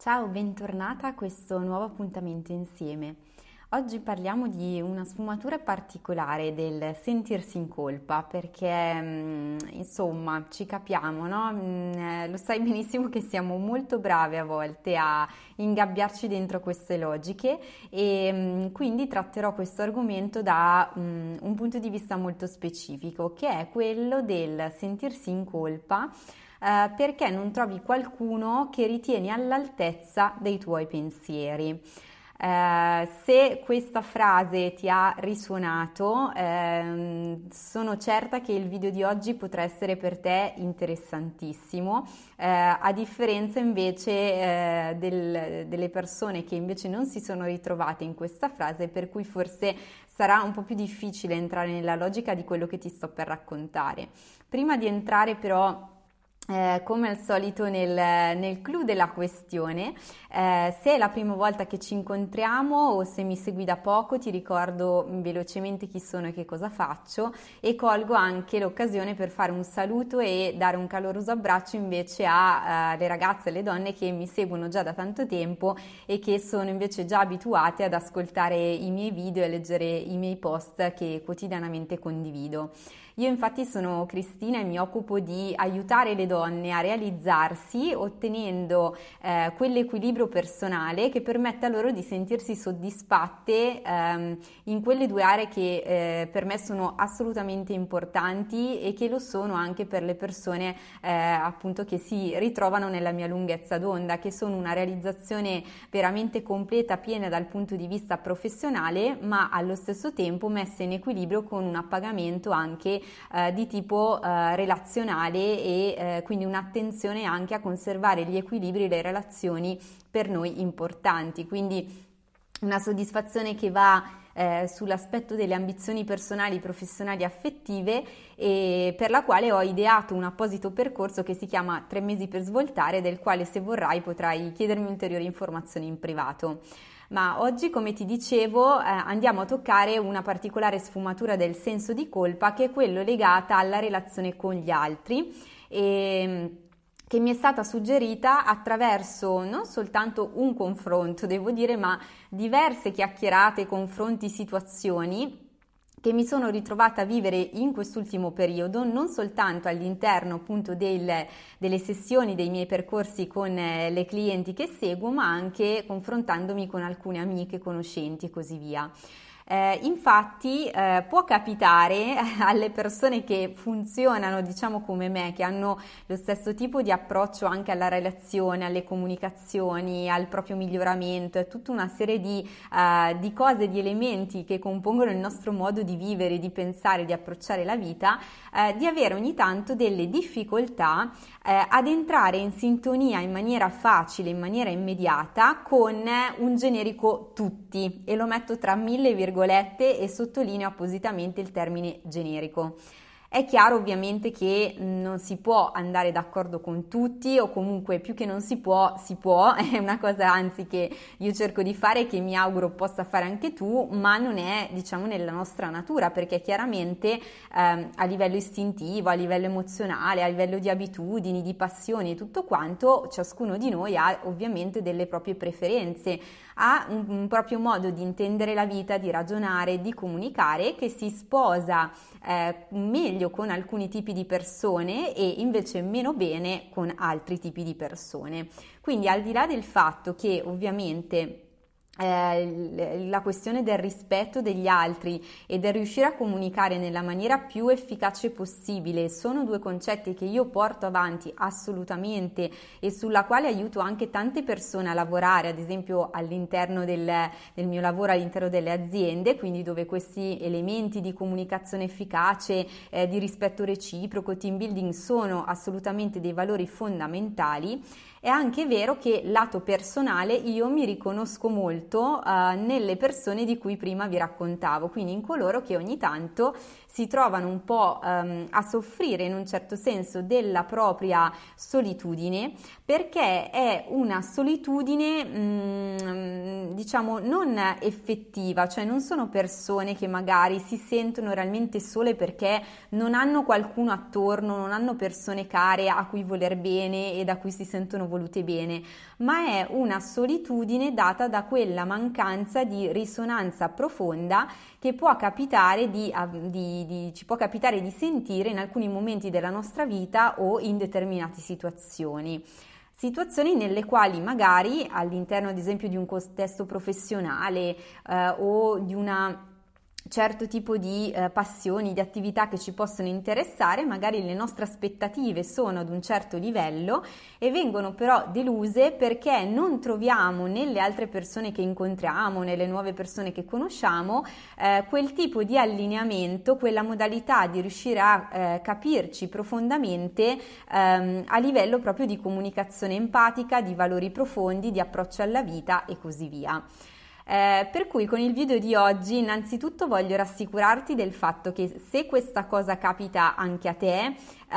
Ciao, bentornata a questo nuovo appuntamento insieme. Oggi parliamo di una sfumatura particolare del sentirsi in colpa perché, insomma, ci capiamo, no? Lo sai benissimo che siamo molto brave a volte a ingabbiarci dentro queste logiche e quindi tratterò questo argomento da un punto di vista molto specifico, che è quello del sentirsi in colpa perché non trovi qualcuno che ritieni all'altezza dei tuoi pensieri. Se questa frase ti ha risuonato, sono certa che il video di oggi potrà essere per te interessantissimo, a differenza invece delle persone che invece non si sono ritrovate in questa frase, per cui forse sarà un po' più difficile entrare nella logica di quello che ti sto per raccontare. Prima di entrare però come al solito nel clou della questione, se è la prima volta che ci incontriamo o se mi segui da poco, ti ricordo velocemente chi sono e che cosa faccio e colgo anche l'occasione per fare un saluto e dare un caloroso abbraccio invece alle ragazze e alle donne che mi seguono già da tanto tempo e che sono invece già abituate ad ascoltare i miei video e a leggere i miei post che quotidianamente condivido. Io infatti sono Cristina e mi occupo di aiutare le donne a realizzarsi ottenendo quell'equilibrio personale che permetta loro di sentirsi soddisfatte in quelle due aree che per me sono assolutamente importanti e che lo sono anche per le persone appunto che si ritrovano nella mia lunghezza d'onda, che sono una realizzazione veramente completa, piena dal punto di vista professionale, ma allo stesso tempo messa in equilibrio con un appagamento anche di tipo relazionale e quindi un'attenzione anche a conservare gli equilibri e le relazioni per noi importanti. Quindi una soddisfazione che va sull'aspetto delle ambizioni personali, professionali, affettive e per la quale ho ideato un apposito percorso che si chiama 3 mesi per svoltare, del quale se vorrai potrai chiedermi ulteriori informazioni in privato. Ma oggi, come ti dicevo, andiamo a toccare una particolare sfumatura del senso di colpa, che è quello legata alla relazione con gli altri e che mi è stata suggerita attraverso non soltanto un confronto, devo dire, ma diverse chiacchierate, confronti, situazioni che mi sono ritrovata a vivere in quest'ultimo periodo, non soltanto all'interno appunto delle sessioni, dei miei percorsi con le clienti che seguo, ma anche confrontandomi con alcune amiche, conoscenti e così via. Infatti può capitare alle persone che funzionano diciamo come me, che hanno lo stesso tipo di approccio anche alla relazione, alle comunicazioni, al proprio miglioramento, è tutta una serie di cose, di elementi che compongono il nostro modo di vivere, di pensare, di approcciare la vita, di avere ogni tanto delle difficoltà ad entrare in sintonia in maniera facile, in maniera immediata con un generico tutti, e lo metto tra mille virgolette e sottolineo appositamente il termine generico. È chiaro ovviamente che non si può andare d'accordo con tutti, o comunque più che non si può, è una cosa anzi che io cerco di fare e che mi auguro possa fare anche tu, ma non è diciamo nella nostra natura, perché chiaramente a livello istintivo, a livello emozionale, a livello di abitudini, di passioni e tutto quanto, ciascuno di noi ha ovviamente delle proprie preferenze, ha un proprio modo di intendere la vita, di ragionare, di comunicare che si sposa meglio con alcuni tipi di persone e invece meno bene con altri tipi di persone. Quindi al di là del fatto che ovviamente la questione del rispetto degli altri e del riuscire a comunicare nella maniera più efficace possibile sono due concetti che io porto avanti assolutamente e sulla quale aiuto anche tante persone a lavorare, ad esempio all'interno del mio lavoro, all'interno delle aziende, quindi dove questi elementi di comunicazione efficace, di rispetto reciproco, team building sono assolutamente dei valori fondamentali. È anche vero che lato personale io mi riconosco molto nelle persone di cui prima vi raccontavo, quindi in coloro che ogni tanto si trovano un po' a soffrire in un certo senso della propria solitudine, perché è una solitudine diciamo non effettiva, cioè non sono persone che magari si sentono realmente sole perché non hanno qualcuno attorno, non hanno persone care a cui voler bene e da cui si sentono volute bene, ma è una solitudine data da quella mancanza di risonanza profonda che può capitare ci può capitare di sentire in alcuni momenti della nostra vita o in determinate situazioni. Situazioni nelle quali magari all'interno ad esempio di un contesto professionale o di una certo tipo di passioni, di attività che ci possono interessare, magari le nostre aspettative sono ad un certo livello e vengono però deluse perché non troviamo nelle altre persone che incontriamo, nelle nuove persone che conosciamo, quel tipo di allineamento, quella modalità di riuscire a capirci profondamente a livello proprio di comunicazione empatica, di valori profondi, di approccio alla vita e così via. Per cui con il video di oggi innanzitutto voglio rassicurarti del fatto che se questa cosa capita anche a te,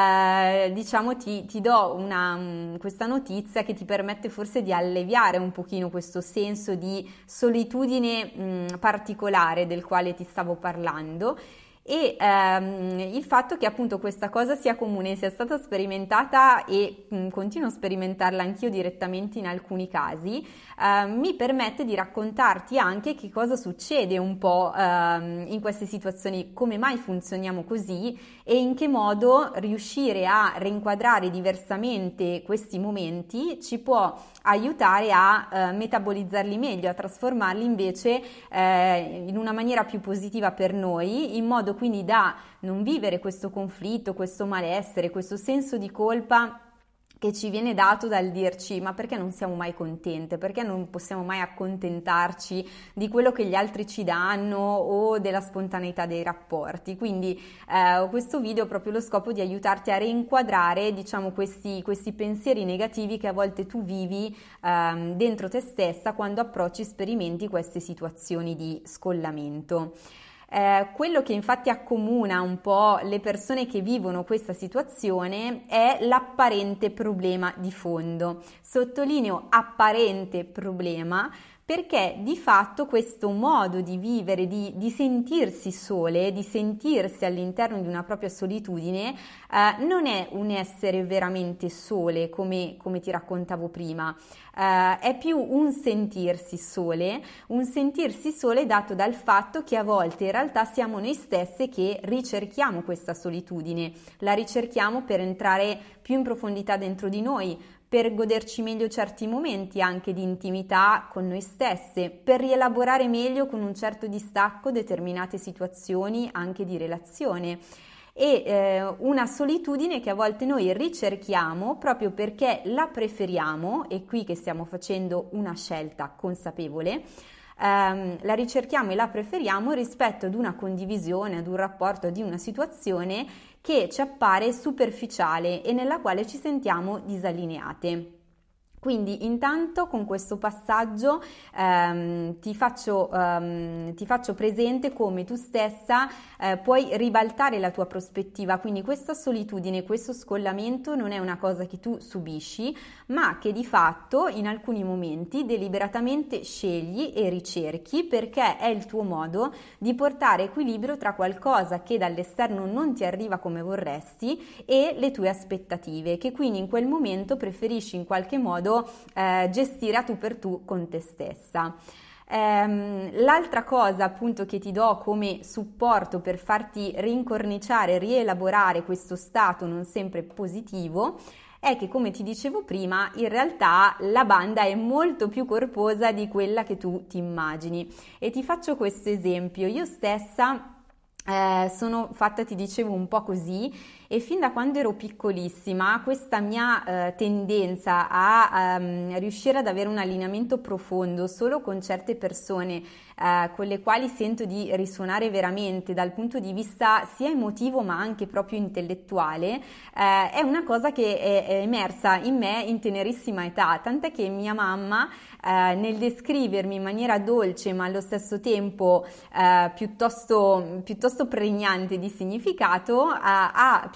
diciamo ti do questa notizia che ti permette forse di alleviare un pochino questo senso di solitudine particolare del quale ti stavo parlando. E il fatto che appunto questa cosa sia comune, sia stata sperimentata e continuo a sperimentarla anch'io direttamente in alcuni casi, mi permette di raccontarti anche che cosa succede un po' in queste situazioni, come mai funzioniamo così e in che modo riuscire a rinquadrare diversamente questi momenti ci può aiutare a metabolizzarli meglio, a trasformarli invece in una maniera più positiva per noi, in modo quindi da non vivere questo conflitto, questo malessere, questo senso di colpa che ci viene dato dal dirci ma perché non siamo mai contente, perché non possiamo mai accontentarci di quello che gli altri ci danno o della spontaneità dei rapporti. Quindi questo video ha proprio lo scopo di aiutarti a rinquadrare, diciamo, questi pensieri negativi che a volte tu vivi dentro te stessa quando approcci, sperimenti queste situazioni di scollamento. Quello che infatti accomuna un po' le persone che vivono questa situazione è l'apparente problema di fondo. Sottolineo apparente problema perché di fatto questo modo di vivere, di sentirsi sole, di sentirsi all'interno di una propria solitudine, non è un essere veramente sole come ti raccontavo prima, è più un sentirsi sole dato dal fatto che a volte in realtà siamo noi stesse che ricerchiamo questa solitudine, la ricerchiamo per entrare più in profondità dentro di noi, per goderci meglio certi momenti anche di intimità con noi stesse, per rielaborare meglio con un certo distacco determinate situazioni anche di relazione. E una solitudine che a volte noi ricerchiamo proprio perché la preferiamo, e qui che stiamo facendo una scelta consapevole, la ricerchiamo e la preferiamo rispetto ad una condivisione, ad un rapporto, ad una situazione che ci appare superficiale e nella quale ci sentiamo disallineate. Quindi intanto con questo passaggio ti faccio presente come tu stessa puoi ribaltare la tua prospettiva, quindi questa solitudine, questo scollamento non è una cosa che tu subisci, ma che di fatto in alcuni momenti deliberatamente scegli e ricerchi perché è il tuo modo di portare equilibrio tra qualcosa che dall'esterno non ti arriva come vorresti e le tue aspettative, che quindi in quel momento preferisci in qualche modo gestire a tu per tu con te stessa. L'altra cosa appunto che ti do come supporto per farti rincorniciare, rielaborare questo stato non sempre positivo è che, come ti dicevo prima, in realtà la banda è molto più corposa di quella che tu ti immagini e ti faccio questo esempio. Io stessa sono fatta, ti dicevo, un po' così e fin da quando ero piccolissima questa mia tendenza a riuscire ad avere un allineamento profondo solo con certe persone con le quali sento di risuonare veramente dal punto di vista sia emotivo ma anche proprio intellettuale, è una cosa che è emersa in me in tenerissima età, tant'è che mia mamma nel descrivermi in maniera dolce ma allo stesso tempo piuttosto pregnante di significato ha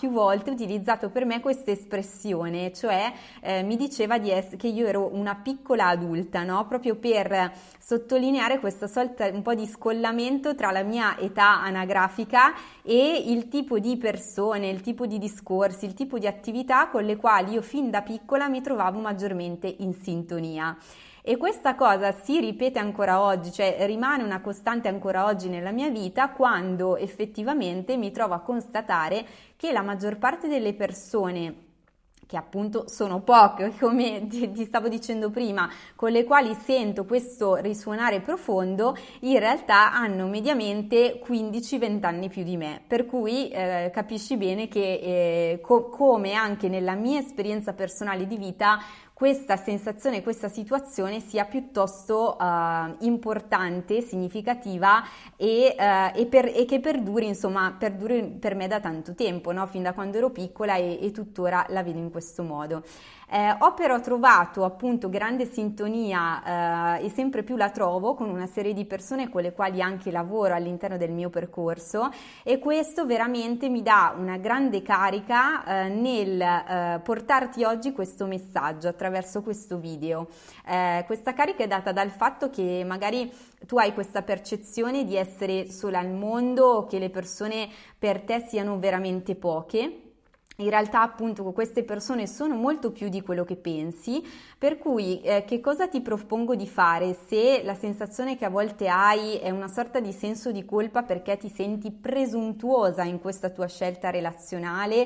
più volte utilizzato per me questa espressione, cioè mi diceva che io ero una piccola adulta, no? Proprio per sottolineare questa sorta un po' di scollamento tra la mia età anagrafica e il tipo di persone, il tipo di discorsi, il tipo di attività con le quali io fin da piccola mi trovavo maggiormente in sintonia. E questa cosa si ripete ancora oggi, cioè rimane una costante ancora oggi nella mia vita, quando effettivamente mi trovo a constatare che la maggior parte delle persone, che appunto sono poche, come ti stavo dicendo prima, con le quali sento questo risuonare profondo, in realtà hanno mediamente 15-20 anni più di me, per cui capisci bene che come anche nella mia esperienza personale di vita questa sensazione, questa situazione sia piuttosto importante, significativa e che perduri, insomma, perduri per me da tanto tempo, no? Fin da quando ero piccola e tuttora la vedo in questo modo. Ho però trovato appunto grande sintonia e sempre più la trovo con una serie di persone con le quali anche lavoro all'interno del mio percorso, e questo veramente mi dà una grande carica nel portarti oggi questo messaggio attraverso questo video. Questa carica è data dal fatto che magari tu hai questa percezione di essere sola al mondo, o che le persone per te siano veramente poche. In realtà appunto queste persone sono molto più di quello che pensi, per cui che cosa ti propongo di fare se la sensazione che a volte hai è una sorta di senso di colpa perché ti senti presuntuosa in questa tua scelta relazionale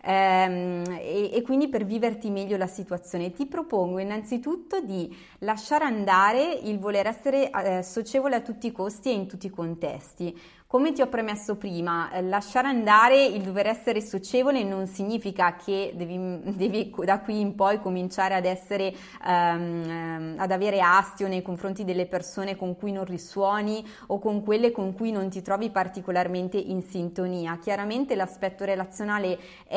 e quindi per viverti meglio la situazione? Ti propongo innanzitutto di lasciare andare il voler essere socievole a tutti i costi e in tutti i contesti. Come ti ho premesso prima, lasciare andare il dover essere socievole non significa che devi da qui in poi cominciare ad essere, ad avere astio nei confronti delle persone con cui non risuoni o con quelle con cui non ti trovi particolarmente in sintonia. Chiaramente l'aspetto relazionale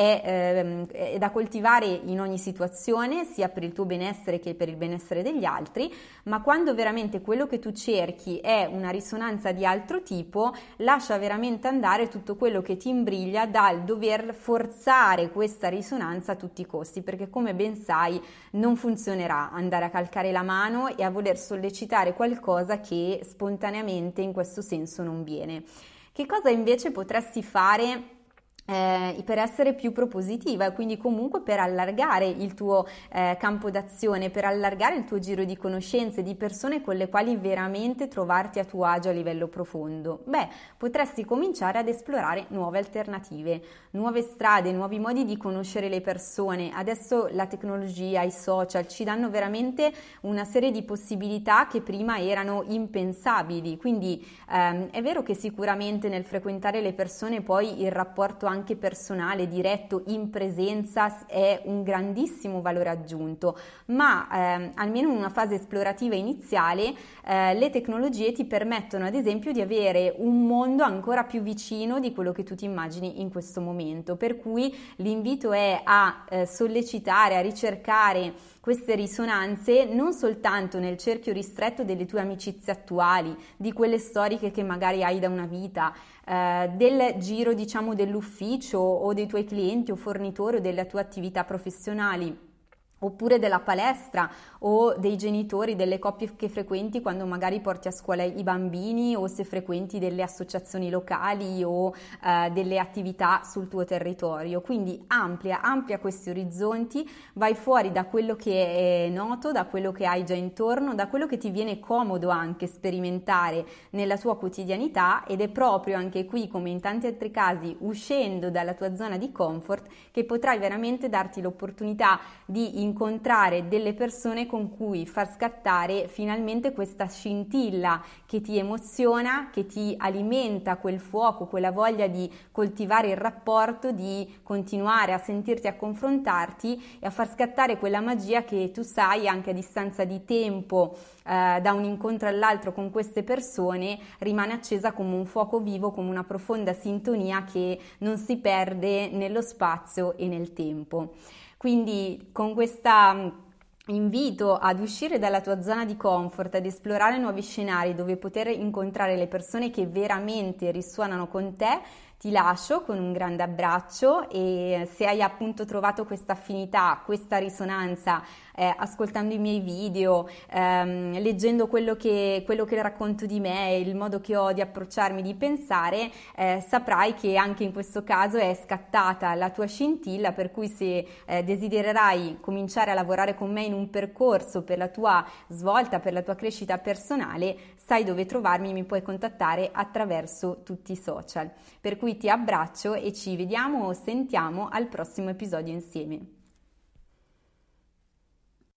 è da coltivare in ogni situazione, sia per il tuo benessere che per il benessere degli altri, ma quando veramente quello che tu cerchi è una risonanza di altro tipo, lascia veramente andare tutto quello che ti imbriglia dal dover forzare questa risonanza a tutti i costi, perché come ben sai non funzionerà andare a calcare la mano e a voler sollecitare qualcosa che spontaneamente in questo senso non viene. Che cosa invece potresti fare per essere più propositiva e quindi comunque per allargare il tuo campo d'azione, per allargare il tuo giro di conoscenze, di persone con le quali veramente trovarti a tuo agio a livello profondo? Beh, potresti cominciare ad esplorare nuove alternative, nuove strade, nuovi modi di conoscere le persone. Adesso la tecnologia, i social ci danno veramente una serie di possibilità che prima erano impensabili, quindi è vero che sicuramente nel frequentare le persone poi il rapporto anche personale, diretto, in presenza è un grandissimo valore aggiunto, ma almeno in una fase esplorativa iniziale le tecnologie ti permettono ad esempio di avere un mondo ancora più vicino di quello che tu ti immagini in questo momento, per cui l'invito è a sollecitare, a ricercare queste risonanze non soltanto nel cerchio ristretto delle tue amicizie attuali, di quelle storiche che magari hai da una vita, del giro diciamo dell'ufficio o dei tuoi clienti o fornitori o delle tue attività professionali, oppure della palestra o dei genitori, delle coppie che frequenti quando magari porti a scuola i bambini, o se frequenti delle associazioni locali o delle attività sul tuo territorio. Quindi amplia questi orizzonti, vai fuori da quello che è noto, da quello che hai già intorno, da quello che ti viene comodo anche sperimentare nella tua quotidianità, ed è proprio anche qui, come in tanti altri casi, uscendo dalla tua zona di comfort, che potrai veramente darti l'opportunità di incontrare delle persone con cui far scattare finalmente questa scintilla che ti emoziona, che ti alimenta quel fuoco, quella voglia di coltivare il rapporto, di continuare a sentirti, a confrontarti e a far scattare quella magia che tu sai anche a distanza di tempo da un incontro all'altro con queste persone rimane accesa come un fuoco vivo, come una profonda sintonia che non si perde nello spazio e nel tempo. Quindi con questa invito ad uscire dalla tua zona di comfort, ad esplorare nuovi scenari dove poter incontrare le persone che veramente risuonano con te, Ti lascio con un grande abbraccio e se hai appunto trovato questa affinità, questa risonanza ascoltando i miei video, leggendo quello che racconto di me, il modo che ho di approcciarmi, di pensare, saprai che anche in questo caso è scattata la tua scintilla, per cui se desidererai cominciare a lavorare con me in un percorso per la tua svolta, per la tua crescita personale, sai dove trovarmi, mi puoi contattare attraverso tutti i social. Per cui ti abbraccio e ci vediamo o sentiamo al prossimo episodio insieme.